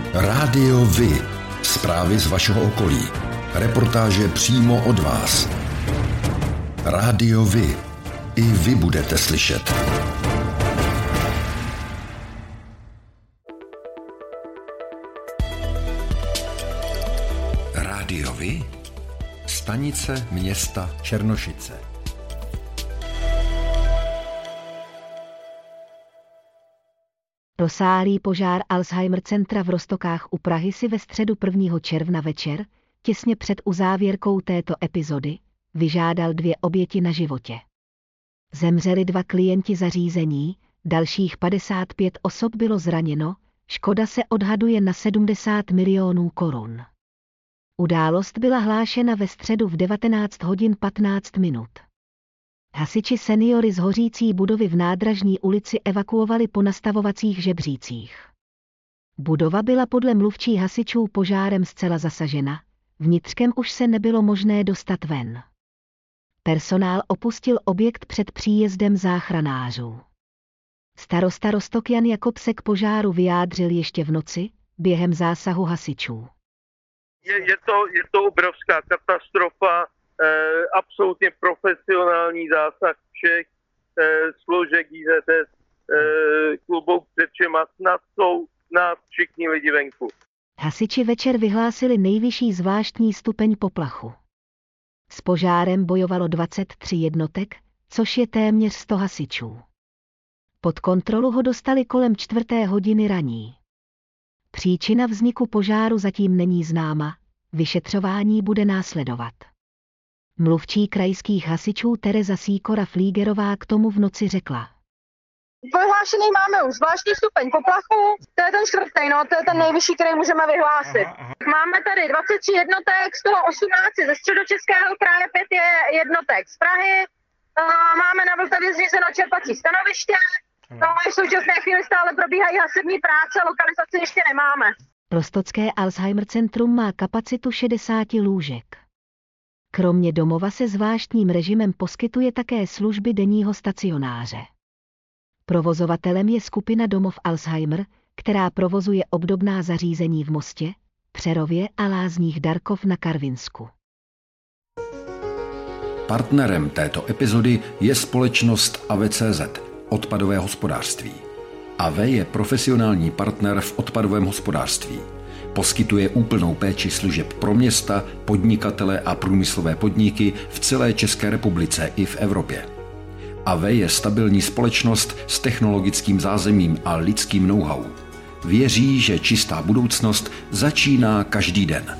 Rádio Vy. Zprávy z vašeho okolí. Reportáže přímo od vás. Rádio Vy. I vy budete slyšet. Rádio Vy. Stanice města Černošice. Rozsáhlý požár Alzheimer centra v Roztokách u Prahy si ve středu 1. června večer, těsně před uzávěrkou této epizody, vyžádal 2 oběti na životě. Zemřeli 2 klienti zařízení, dalších 55 osob bylo zraněno, škoda se odhaduje na 70 milionů korun. Událost byla hlášena ve středu v 19 hodin 15 minut. Hasiči seniory z hořící budovy v Nádražní ulici evakuovali po nastavovacích žebřících. Budova byla podle mluvčí hasičů požárem zcela zasažena, vnitřkem už se nebylo možné dostat ven. Personál opustil objekt před příjezdem záchranářů. Starosta Roztok Jan Jakob se k požáru vyjádřil ještě v noci, během zásahu hasičů. Je to obrovská katastrofa, absolutně profesionální zásah všech složek IZS, klobouk před všema, snad jsou nás všichni lidi venku. Hasiči večer vyhlásili nejvyšší zvláštní stupeň poplachu. S požárem bojovalo 23 jednotek, což je téměř 100 hasičů. Pod kontrolu ho dostali kolem 4. hodiny raní. Příčina vzniku požáru zatím není známa, vyšetřování bude následovat. Mluvčí krajských hasičů Tereza Sýkora-Flígerová k tomu v noci řekla. Vyhlášený máme už zvláštní stupeň poplachu, to je ten 4., to je ten nejvyšší, který můžeme vyhlásit. Máme tady 23 jednotek, z toho 18 ze Středočeského kraje, 5 je jednotek z Prahy, máme na Vltavě zřízeno čerpací stanoviště, v současné chvíli stále probíhají hasební práce, lokalizaci ještě nemáme. Roztocké Alzheimer centrum má kapacitu 60 lůžek. Kromě domova se zvláštním režimem poskytuje také služby denního stacionáře. Provozovatelem je skupina Domov Alzheimer, která provozuje obdobná zařízení v Mostě, Přerově a Lázních Darkov na Karvinsku. Partnerem této epizody je společnost AVCZ, odpadové hospodářství. AV je profesionální partner v odpadovém hospodářství. Poskytuje úplnou péči služeb pro města, podnikatele a průmyslové podniky v celé České republice i v Evropě. AV je stabilní společnost s technologickým zázemím a lidským know-how. Věří, že čistá budoucnost začíná každý den.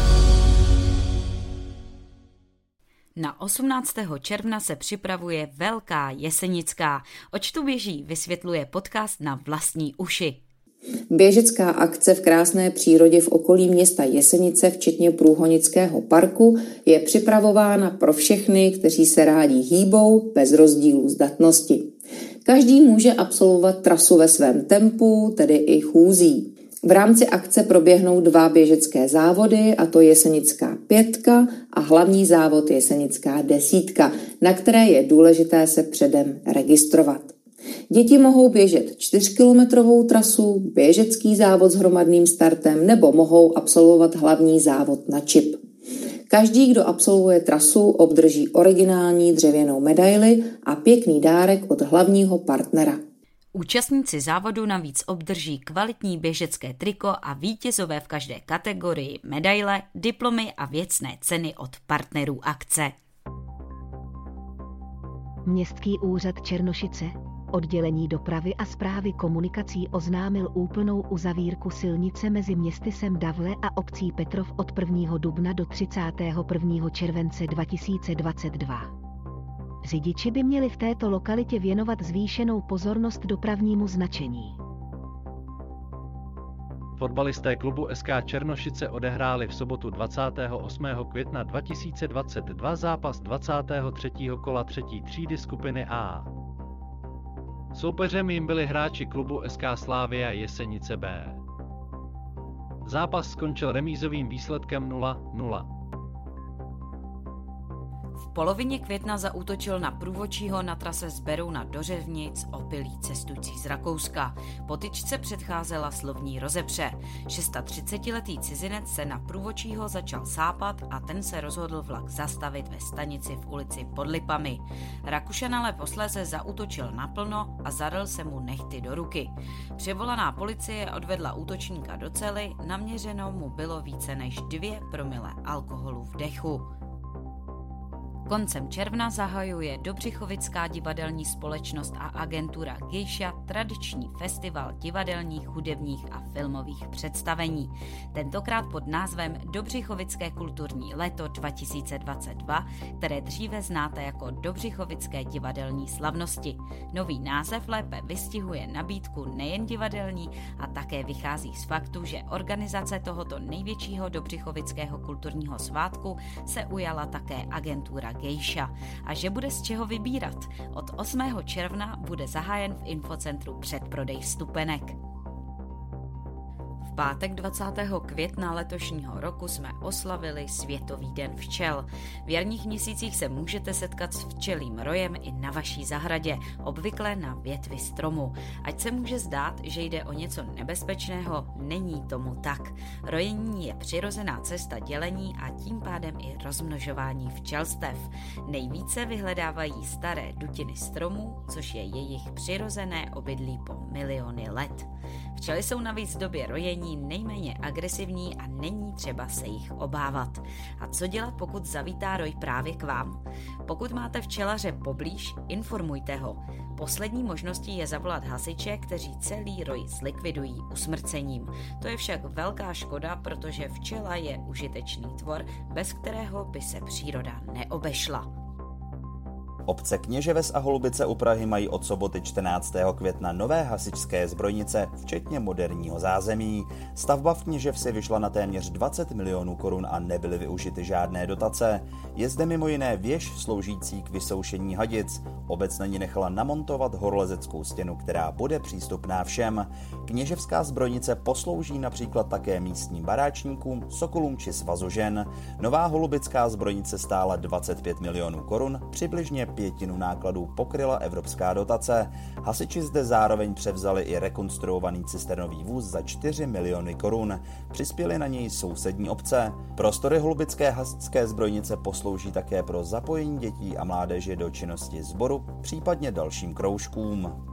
Na 18. června se připravuje Velká Jesenická. Oč tu běží, vysvětluje podcast Na vlastní uši. Běžecká akce v krásné přírodě v okolí města Jesenice, včetně Průhonického parku, je připravována pro všechny, kteří se rádi hýbou bez rozdílu zdatnosti. Každý může absolvovat trasu ve svém tempu, tedy i chůzí. V rámci akce proběhnou 2 běžecké závody, a to Jesenická 5 a hlavní závod Jesenická 10, na které je důležité se předem registrovat. Děti mohou běžet 4kilometrovou trasu, běžecký závod s hromadným startem nebo mohou absolvovat hlavní závod na čip. Každý, kdo absolvuje trasu, obdrží originální dřevěnou medaili a pěkný dárek od hlavního partnera. Účastníci závodu navíc obdrží kvalitní běžecké triko a vítězové v každé kategorii medaile, diplomy a věcné ceny od partnerů akce. Městský úřad Černošice, oddělení dopravy a správy komunikací oznámil úplnou uzavírku silnice mezi městysem Davle a obcí Petrov od 1. dubna do 31. července 2022. Řidiči by měli v této lokalitě věnovat zvýšenou pozornost dopravnímu značení. Fotbalisté klubu SK Černošice odehráli v sobotu 28. května 2022 zápas 23. kola 3. třídy skupiny A. Soupeřem jim byli hráči klubu SK Slavia Jesenice B. Zápas skončil remízovým výsledkem 0-0. V polovině května zaútočil na průvodčího na trase z Berouna do Řevnic opilý cestující z Rakouska. Potyčce předcházela slovní rozepře. 36letý cizinec se na průvodčího začal sápat a ten se rozhodl vlak zastavit ve stanici v ulici Pod Lipami. Rakušan ale posléze zaútočil naplno a zadal se mu nehty do ruky. Přivolaná policie odvedla útočníka do cely, naměřeno mu bylo více než 2 promile alkoholu v dechu. Koncem června zahajuje Dobřichovická divadelní společnost a agentura Geisha tradiční festival divadelních, hudebních a filmových představení. Tentokrát pod názvem Dobřichovické kulturní léto 2022, které dříve znáte jako Dobřichovické divadelní slavnosti. Nový název lépe vystihuje nabídku nejen divadelní a také vychází z faktu, že organizace tohoto největšího dobřichovického kulturního svátku se ujala také agentura Geisha a že bude z čeho vybírat. Od 8. června bude zahájen v infocentru předprodej vstupenek. V pátek 20. května letošního roku jsme oslavili Světový den včel. V jarních měsících se můžete setkat s včelím rojem i na vaší zahradě, obvykle na větvi stromu. Ať se může zdát, že jde o něco nebezpečného, není tomu tak. Rojení je přirozená cesta dělení a tím pádem i rozmnožování včelstev. Nejvíce vyhledávají staré dutiny stromů, což je jejich přirozené obydlí po miliony let. Včely jsou navíc v době rojení nejméně agresivní a není třeba se jich obávat. A co dělat, pokud zavítá roj právě k vám? Pokud máte včelaře poblíž, informujte ho. Poslední možností je zavolat hasiče, kteří celý roj zlikvidují usmrcením. To je však velká škoda, protože včela je užitečný tvor, bez kterého by se příroda neobešla. Obce Kněževes a Holubice u Prahy mají od soboty 14. května nové hasičské zbrojnice, včetně moderního zázemí. Stavba v Kněževsi vyšla na téměř 20 milionů korun a nebyly využity žádné dotace. Je zde mimo jiné věž sloužící k vysoušení hadic. Obec na ní nechala namontovat horolezeckou stěnu, která bude přístupná všem. Kněževská zbrojnice poslouží například také místním baráčníkům, sokolům či svazu žen. Nová holubická zbrojnice stála 25 milionů korun, přibližně 1/5 nákladů pokryla evropská dotace. Hasiči zde zároveň převzali i rekonstruovaný cisternový vůz za 4 miliony korun. Přispěli na něj sousední obce. Prostory holubické hasičské zbrojnice poslouží také pro zapojení dětí a mládeže do činnosti sboru, případně dalším kroužkům.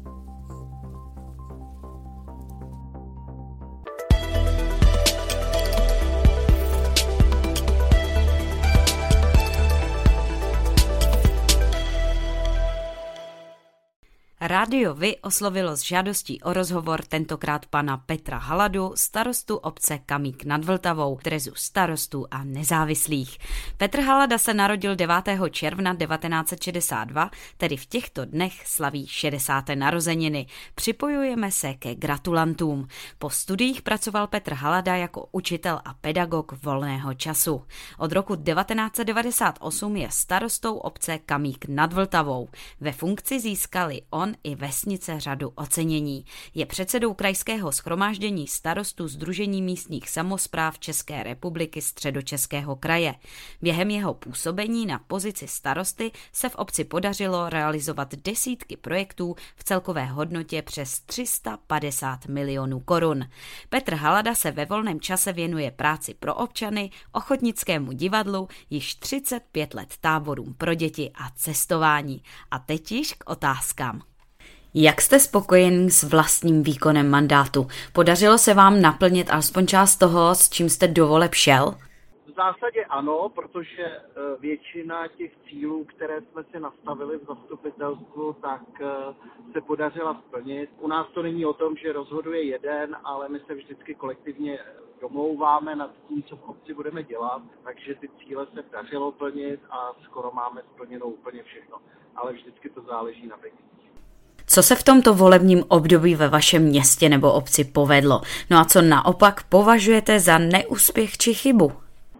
Rádio Vy oslovilo s žádostí o rozhovor tentokrát pana Petra Haladu, starostu obce Kamík nad Vltavou, trezu starostů a nezávislých. Petr Halada se narodil 9. června 1962, tedy v těchto dnech slaví 60. narozeniny. Připojujeme se ke gratulantům. Po studiích pracoval Petr Halada jako učitel a pedagog volného času. Od roku 1998 je starostou obce Kamík nad Vltavou. Ve funkci získali on i vesnice řadu ocenění. Je předsedou krajského shromáždění starostů Sdružení místních samospráv České republiky Středočeského kraje. Během jeho působení na pozici starosty se v obci podařilo realizovat desítky projektů v celkové hodnotě přes 350 milionů korun. Petr Halada se ve volném čase věnuje práci pro občany, ochotnickému divadlu, již 35 let táborům pro děti a cestování. A teď již k otázkám. Jak jste spokojen s vlastním výkonem mandátu? Podařilo se vám naplnit alespoň část toho, s čím jste do voleb šel? V zásadě ano, protože většina těch cílů, které jsme si nastavili v zastupitelstvu, tak se podařila splnit. U nás to není o tom, že rozhoduje jeden, ale my se vždycky kolektivně domlouváme nad tím, co v obci budeme dělat, takže ty cíle se dařilo plnit a skoro máme splněno úplně všechno. Ale vždycky to záleží na penězích. Co se v tomto volebním období ve vašem městě nebo obci povedlo? No a co naopak považujete za neúspěch či chybu?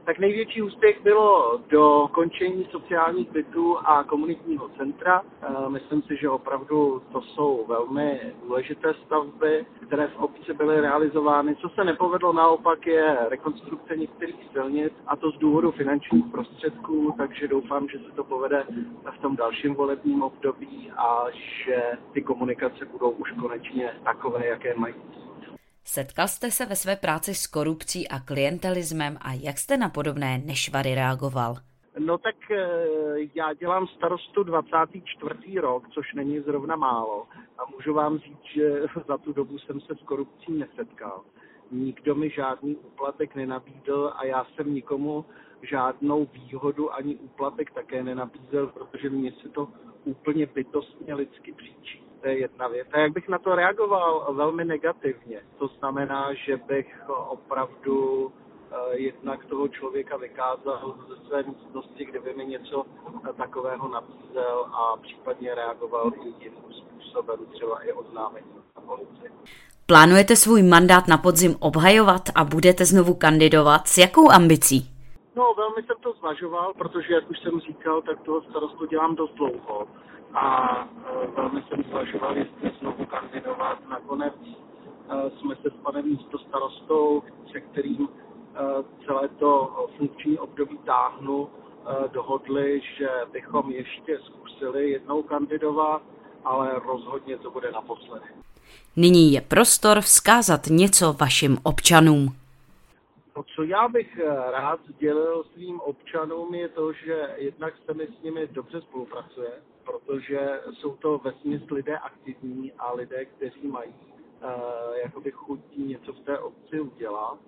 Tak největší úspěch bylo dokončení sociálních bytů a komunitního centra. Myslím si, že opravdu to jsou velmi důležité stavby, které v obci byly realizovány. Co se nepovedlo naopak je rekonstrukce některých silnic, a to z důvodu finančních prostředků, takže doufám, že se to povede v tom dalším volebním období a že ty komunikace budou už konečně takové, jaké mají. Setkal jste se ve své práci s korupcí a klientelismem a jak jste na podobné nešvary reagoval? No tak já dělám starostu 24. rok, což není zrovna málo. A můžu vám říct, že za tu dobu jsem se s korupcí nesetkal. Nikdo mi žádný úplatek nenabídl a já jsem nikomu žádnou výhodu ani úplatek také nenabízel, protože mě se to úplně bytostně lidsky příčí. To je jedna věc. A jak bych na to reagoval? Velmi negativně. To znamená, že bych opravdu jednak toho člověka vykázal ze své místnosti, kde by mi něco takového nabízel a případně reagoval i jiným způsobem, třeba i oznámení na policii. Plánujete svůj mandát na podzim obhajovat a budete znovu kandidovat? S jakou ambicí? No, velmi jsem to zvažoval, protože, jak už jsem říkal, tak toho starostu dělám dost dlouho. A velmi jsem zvažoval, jestli znovu kandidovat. Nakonec jsme se s panem místostarostou, se kterým celé to funkční období táhnu, dohodli, že bychom ještě zkusili jednou kandidovat, ale rozhodně to bude naposledy. Nyní je prostor vzkázat něco vašim občanům. To, co já bych rád sdělil svým občanům, je to, že jednak se mi s nimi dobře spolupracuje, protože jsou to vesměs lidé aktivní a lidé, kteří mají jakoby chutí něco v té obci udělat.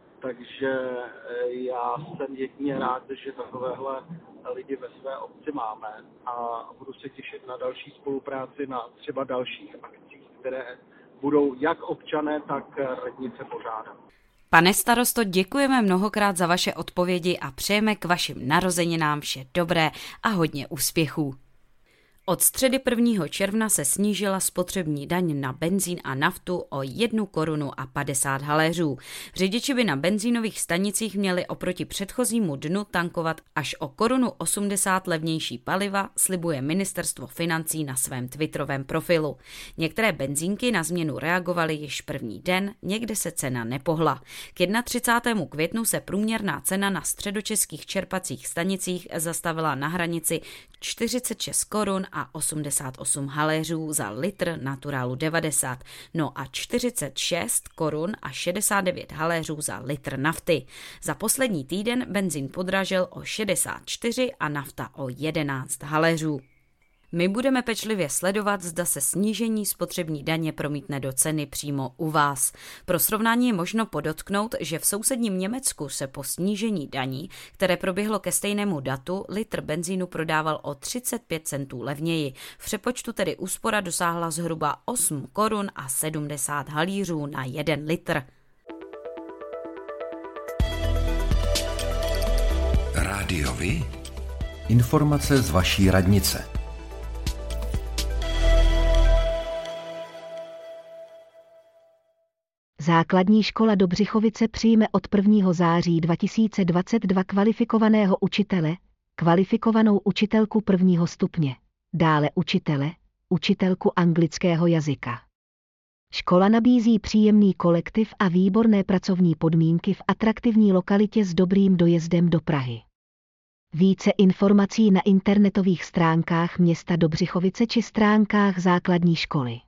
Takže já jsem jedině rád, že takovéhle lidi ve své obci máme a budu se těšit na další spolupráci na třeba dalších akcích, které budou jak občané, tak radnice pořádat. Pane starosto, děkujeme mnohokrát za vaše odpovědi a přejeme k vašim narozeninám vše dobré a hodně úspěchů. Od středy 1. června se snížila spotřební daň na benzín a naftu o 1 korunu a 50 haléřů. Řidiči by na benzínových stanicích měli oproti předchozímu dnu tankovat až o 1,80 Kč levnější paliva, slibuje Ministerstvo financí na svém twitterovém profilu. Některé benzínky na změnu reagovaly již první den, někde se cena nepohla. K 31. květnu se průměrná cena na středočeských čerpacích stanicích zastavila na hranici 46 korun a 88 haléřů za litr naturálu 90, no a 46 korun a 69 haléřů za litr nafty. Za poslední týden benzín podražil o 64 a nafta o 11 haléřů. My budeme pečlivě sledovat, zda se snížení spotřební daně promítne do ceny přímo u vás. Pro srovnání je možno podotknout, že v sousedním Německu se po snížení daní, které proběhlo ke stejnému datu, litr benzínu prodával o 35 centů levněji. V přepočtu tedy úspora dosáhla zhruba 8 korun a 70 halířů na 1 litr. Rádiovi? Informace z vaší radnice. Základní škola Dobřichovice přijme od 1. září 2022 kvalifikovaného učitele, kvalifikovanou učitelku 1. stupně, dále učitele, učitelku anglického jazyka. Škola nabízí příjemný kolektiv a výborné pracovní podmínky v atraktivní lokalitě s dobrým dojezdem do Prahy. Více informací na internetových stránkách města Dobřichovice či stránkách základní školy.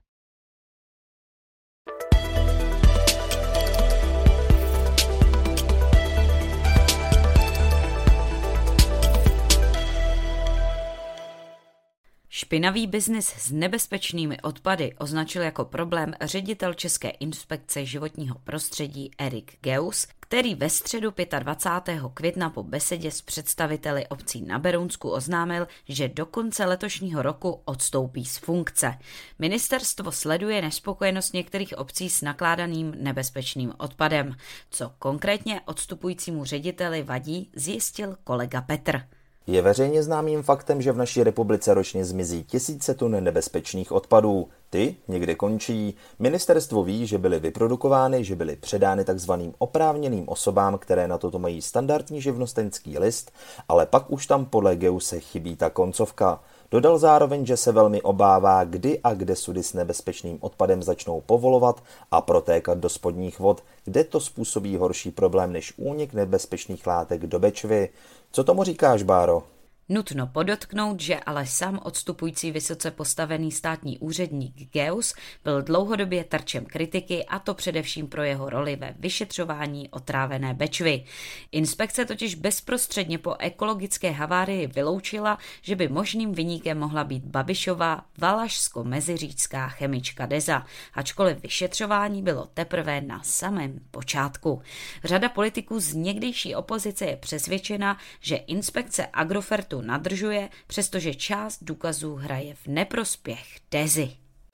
Špinavý biznis s nebezpečnými odpady označil jako problém ředitel České inspekce životního prostředí Erik Geus, který ve středu 25. května po besedě s představiteli obcí na Berounsku oznámil, že do konce letošního roku odstoupí z funkce. Ministerstvo sleduje nespokojenost některých obcí s nakládaným nebezpečným odpadem. Co konkrétně odstupujícímu řediteli vadí, zjistil kolega Petr. Je veřejně známým faktem, že v naší republice ročně zmizí tisíce tun nebezpečných odpadů. Ty někde končí. Ministerstvo ví, že byly vyprodukovány, že byly předány takzvaným oprávněným osobám, které na toto mají standardní živnostenský list, ale pak už tam podle Geuse chybí ta koncovka. Dodal zároveň, že se velmi obává, kdy a kde sudy s nebezpečným odpadem začnou povolovat a protékat do spodních vod, kde to způsobí horší problém než únik nebezpečných látek do Bečvy. Co tomu říkáš, Báro? Nutno podotknout, že ale sám odstupující vysoce postavený státní úředník Geus byl dlouhodobě terčem kritiky, a to především pro jeho roli ve vyšetřování otrávené Bečvy. Inspekce totiž bezprostředně po ekologické havárii vyloučila, že by možným viníkem mohla být Babišova valašsko-meziříčská chemička Deza, ačkoliv vyšetřování bylo teprve na samém počátku. Řada politiků z někdejší opozice je přesvědčena, že inspekce Agrofertu nadržuje, přestože část důkazů hraje v neprospěch Dezy.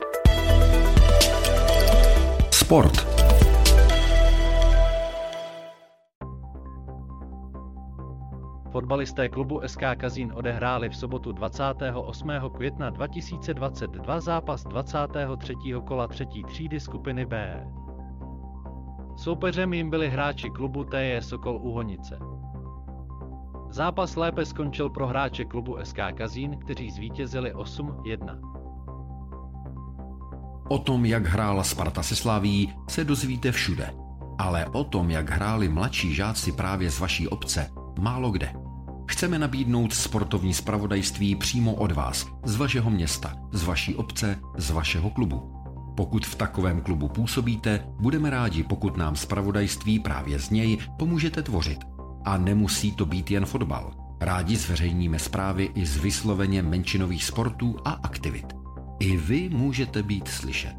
Sport. Fotbalisté klubu SK Kazín odehráli v sobotu 28. května 2022 zápas 23. kola 3. třídy skupiny B. Soupeřem jim byli hráči klubu TJ Sokol Úhonice. Zápas lépe skončil pro hráče klubu SK Kazín, kteří zvítězili 8-1. O tom, jak hrála Sparta se Slavií, se dozvíte všude. Ale o tom, jak hráli mladší žáci právě z vaší obce, málo kde. Chceme nabídnout sportovní zpravodajství přímo od vás, z vašeho města, z vaší obce, z vašeho klubu. Pokud v takovém klubu působíte, budeme rádi, pokud nám zpravodajství právě z něj pomůžete tvořit. A nemusí to být jen fotbal. Rádi zveřejníme zprávy i z vysloveně menšinových sportů a aktivit. I vy můžete být slyšet.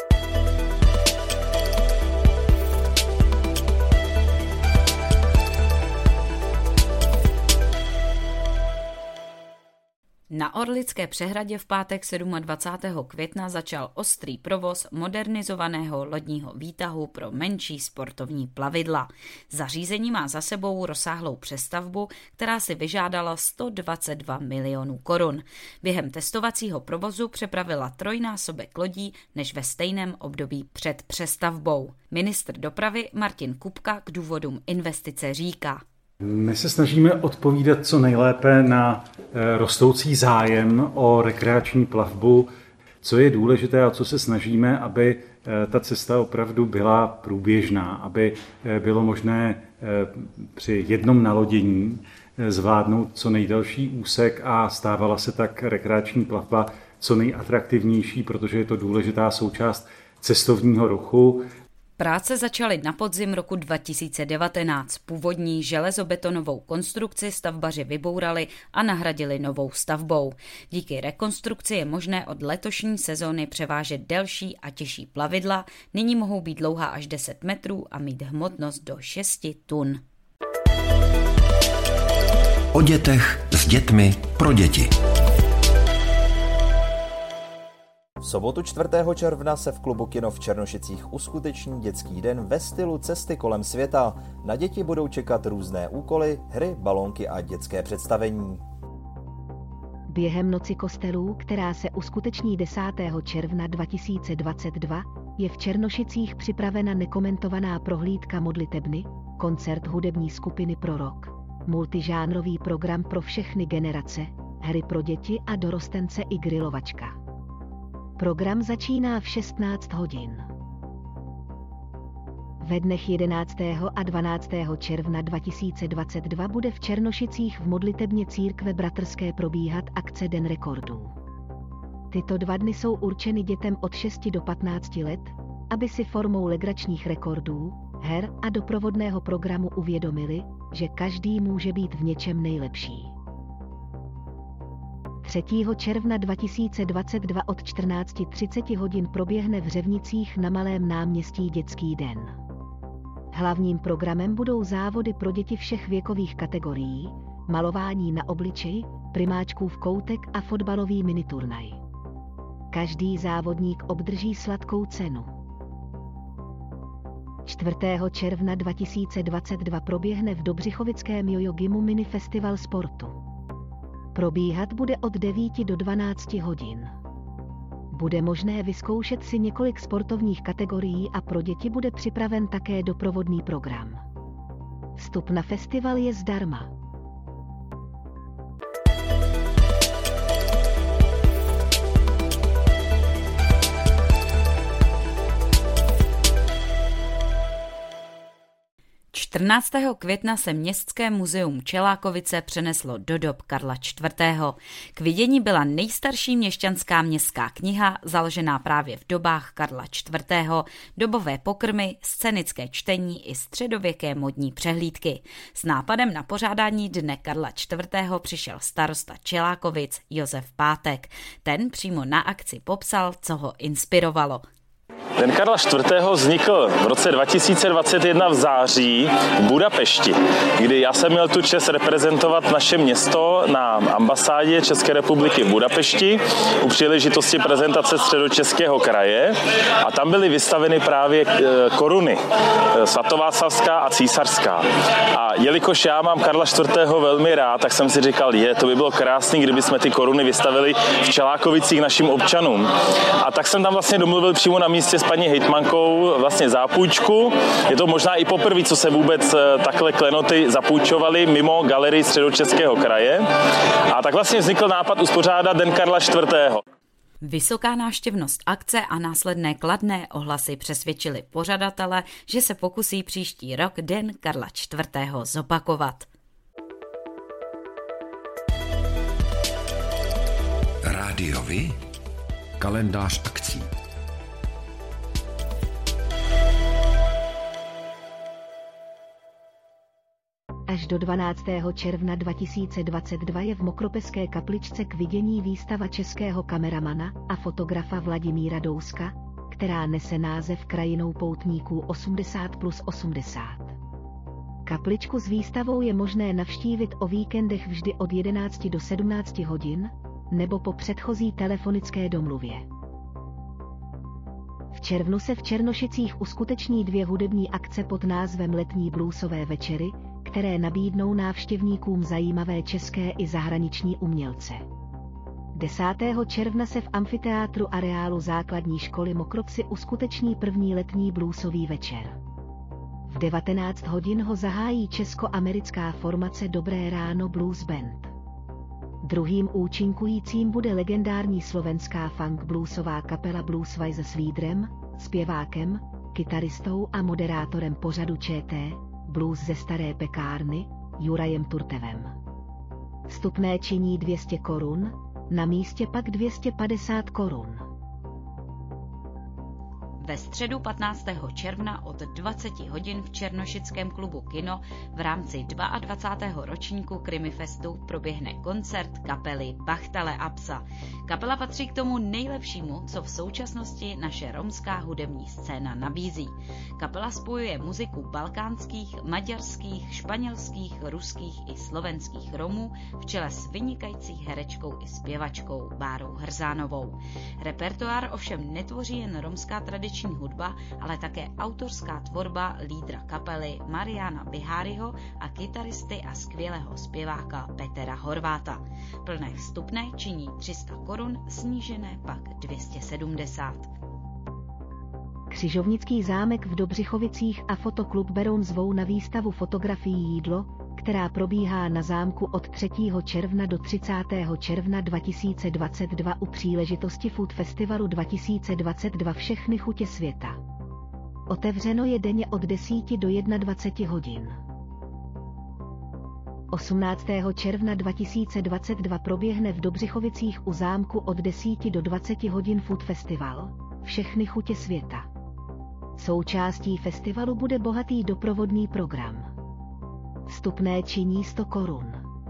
Na Orlické přehradě v pátek 27. května začal ostrý provoz modernizovaného lodního výtahu pro menší sportovní plavidla. Zařízení má za sebou rozsáhlou přestavbu, která si vyžádala 122 milionů korun. Během testovacího provozu přepravila trojnásobek lodí než ve stejném období před přestavbou. Ministr dopravy Martin Kupka k důvodům investice říká: My se snažíme odpovídat co nejlépe na rostoucí zájem o rekreační plavbu, co je důležité a co se snažíme, aby ta cesta opravdu byla průběžná, aby bylo možné při jednom nalodění zvládnout co nejdelší úsek a stávala se tak rekreační plavba co nejatraktivnější, protože je to důležitá součást cestovního ruchu. Práce začaly na podzim roku 2019. Původní železobetonovou konstrukci stavbaři vybourali a nahradili novou stavbou. Díky rekonstrukci je možné od letošní sezóny převážet delší a těžší plavidla. Nyní mohou být dlouhá až 10 metrů a mít hmotnost do 6 tun. O dětech, s dětmi, pro děti. V sobotu 4. června se v klubu Kino v Černošicích uskuteční dětský den ve stylu cesty kolem světa. Na děti budou čekat různé úkoly, hry, balónky a dětské představení. Během Noci kostelů, která se uskuteční 10. června 2022, je v Černošicích připravena nekomentovaná prohlídka modlitebny, koncert hudební skupiny Prorok, multižánrový program pro všechny generace, hry pro děti a dorostence i grilovačka. Program začíná v 16 hodin. Ve dnech 11. a 12. června 2022 bude v Černošicích v modlitebně církve bratrské probíhat akce Den rekordů. Tyto 2 dny jsou určeny dětem od 6 do 15 let, aby si formou legračních rekordů, her a doprovodného programu uvědomili, že každý může být v něčem nejlepší. 3. června 2022 od 14:30 hodin proběhne v Řevnicích na Malém náměstí dětský den. Hlavním programem budou závody pro děti všech věkových kategorií, malování na obličeji, primáčkův koutek a fotbalový miniturnaj. Každý závodník obdrží sladkou cenu. 4. června 2022 proběhne v Dobřichovickém Jojo Gymu mini festival sportu. Probíhat bude od 9 do 12 hodin. Bude možné vyzkoušet si několik sportovních kategorií a pro děti bude připraven také doprovodný program. Vstup na festival je zdarma. – 14. května se Městské muzeum Čelákovice přeneslo do dob Karla IV. K vidění byla nejstarší měšťanská městská kniha, založená právě v dobách Karla IV., dobové pokrmy, scénické čtení i středověké modní přehlídky. S nápadem na pořádání dne Karla IV. Přišel starosta Čelákovic Josef Pátek. Ten přímo na akci popsal, co ho inspirovalo. Den Karla IV. Vznikl v roce 2021 v září v Budapešti, kdy já jsem měl tu čest reprezentovat naše město na ambasádě České republiky v Budapešti u příležitosti prezentace Středočeského kraje a tam byly vystaveny právě koruny svatováclavská a císařská. A jelikož já mám Karla IV. Velmi rád, tak jsem si říkal, to by bylo krásný, kdyby jsme ty koruny vystavili v Čelákovicích našim občanům. A tak jsem tam vlastně domluvil přímo na místě s paní hejtmankou vlastně zápůjčku. Je to možná i poprvé, co se vůbec takhle klenoty zapůjčovaly mimo galerii Středočeského kraje. A tak vlastně vznikl nápad uspořádat Den Karla IV. Vysoká návštěvnost akce a následné kladné ohlasy přesvědčili pořadatele, že se pokusí příští rok Den Karla IV. Zopakovat. Rádiovi kalendář akcí. Až do 12. června 2022 je v Mokropeské kapličce k vidění výstava českého kameramana a fotografa Vladimíra Douska, která nese název Krajinou poutníků 80+80. Kapličku s výstavou je možné navštívit o víkendech vždy od 11 do 17 hodin, nebo po předchozí telefonické domluvě. V červnu se v Černošicích uskuteční 2 hudební akce pod názvem Letní bluesové večery, které nabídnou návštěvníkům zajímavé české i zahraniční umělce. 10. června se v amfiteátru areálu základní školy Mokropsy uskuteční první letní bluesový večer. V 19 hodin ho zahájí česko-americká formace Dobré ráno Blues Band. Druhým účinkujícím bude legendární slovenská funk bluesová kapela Blueswise s lídrem, zpěvákem, kytaristou a moderátorem pořadu ČT Blues ze Staré pekárny, Jurajem Turtevem. Vstupné činí 200 korun, na místě pak 250 korun. Ve středu 15. června od 20 hodin v Černošickém klubu Kino v rámci 22. ročníku Krimifestu proběhne koncert kapely Bachtale a Psa. Kapela patří k tomu nejlepšímu, co v současnosti naše romská hudební scéna nabízí. Kapela spojuje muziku balkánských, maďarských, španělských, ruských i slovenských Romů v čele s vynikající herečkou i zpěvačkou Bárou Hrzánovou. Repertoár ovšem netvoří jen romská tradiční hudba, ale také autorská tvorba lídra kapely Mariana Biháryho a kytaristy a skvělého zpěváka Petra Horváta. Plné vstupné činí 300 korun, snížené pak 270. Křižovnický zámek v Dobřichovicích a fotoklub Beroun zvou na výstavu fotografií Jídlo, která probíhá na zámku od 3. června do 30. června 2022 u příležitosti Food Festivalu 2022 Všechny chutě světa. Otevřeno je denně od 10 do 21 hodin. 18. června 2022 proběhne v Dobřichovicích u zámku od 10 do 20 hodin Food Festival Všechny chutě světa. Součástí festivalu bude bohatý doprovodný program. Vstupné činí 100 korun.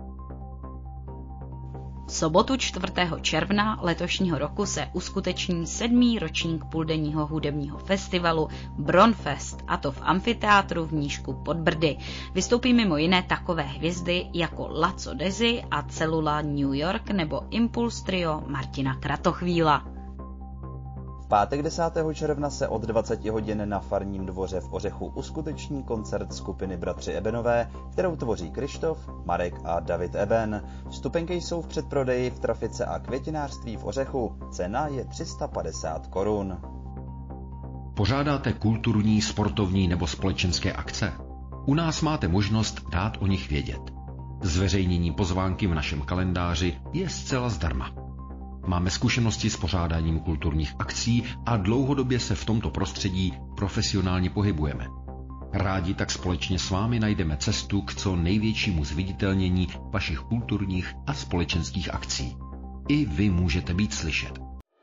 V sobotu 4. června letošního roku se uskuteční 7. ročník půldenního hudebního festivalu Bronfest, a to v amfiteátru v Mníšku pod Brdy. Vystoupí mimo jiné takové hvězdy jako Laco Dezi a Celula New York nebo Impuls Trio Martina Kratochvíla. V pátek 10. června se od 20 hodin na Farním dvoře v Ořechu uskuteční koncert skupiny Bratři Ebenové, kterou tvoří Krištof, Marek a David Eben. Vstupenky jsou v předprodeji v trafice a květinářství v Ořechu. Cena je 350 korun. Pořádáte kulturní, sportovní nebo společenské akce? U nás máte možnost dát o nich vědět. Zveřejnění pozvánky v našem kalendáři je zcela zdarma. Máme zkušenosti s pořádáním kulturních akcí a dlouhodobě se v tomto prostředí profesionálně pohybujeme. Rádi tak společně s vámi najdeme cestu k co největšímu zviditelnění vašich kulturních a společenských akcí. I vy můžete být slyšet.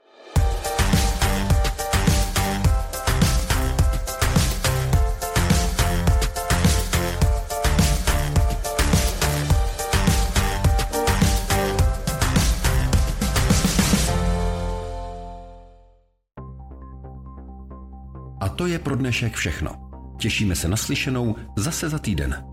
A to je pro dnešek všechno. Těšíme se na slyšenou zase za týden.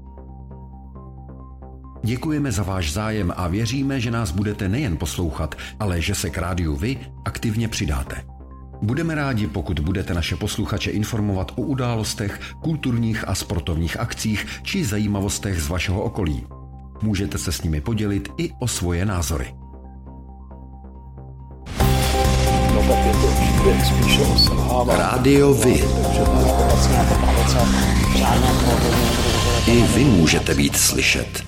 Děkujeme za váš zájem a věříme, že nás budete nejen poslouchat, ale že se k rádiu Vy aktivně přidáte. Budeme rádi, pokud budete naše posluchače informovat o událostech, kulturních a sportovních akcích či zajímavostech z vašeho okolí. Můžete se s nimi podělit i o svoje názory. Rádio Vy. I vy můžete být slyšet.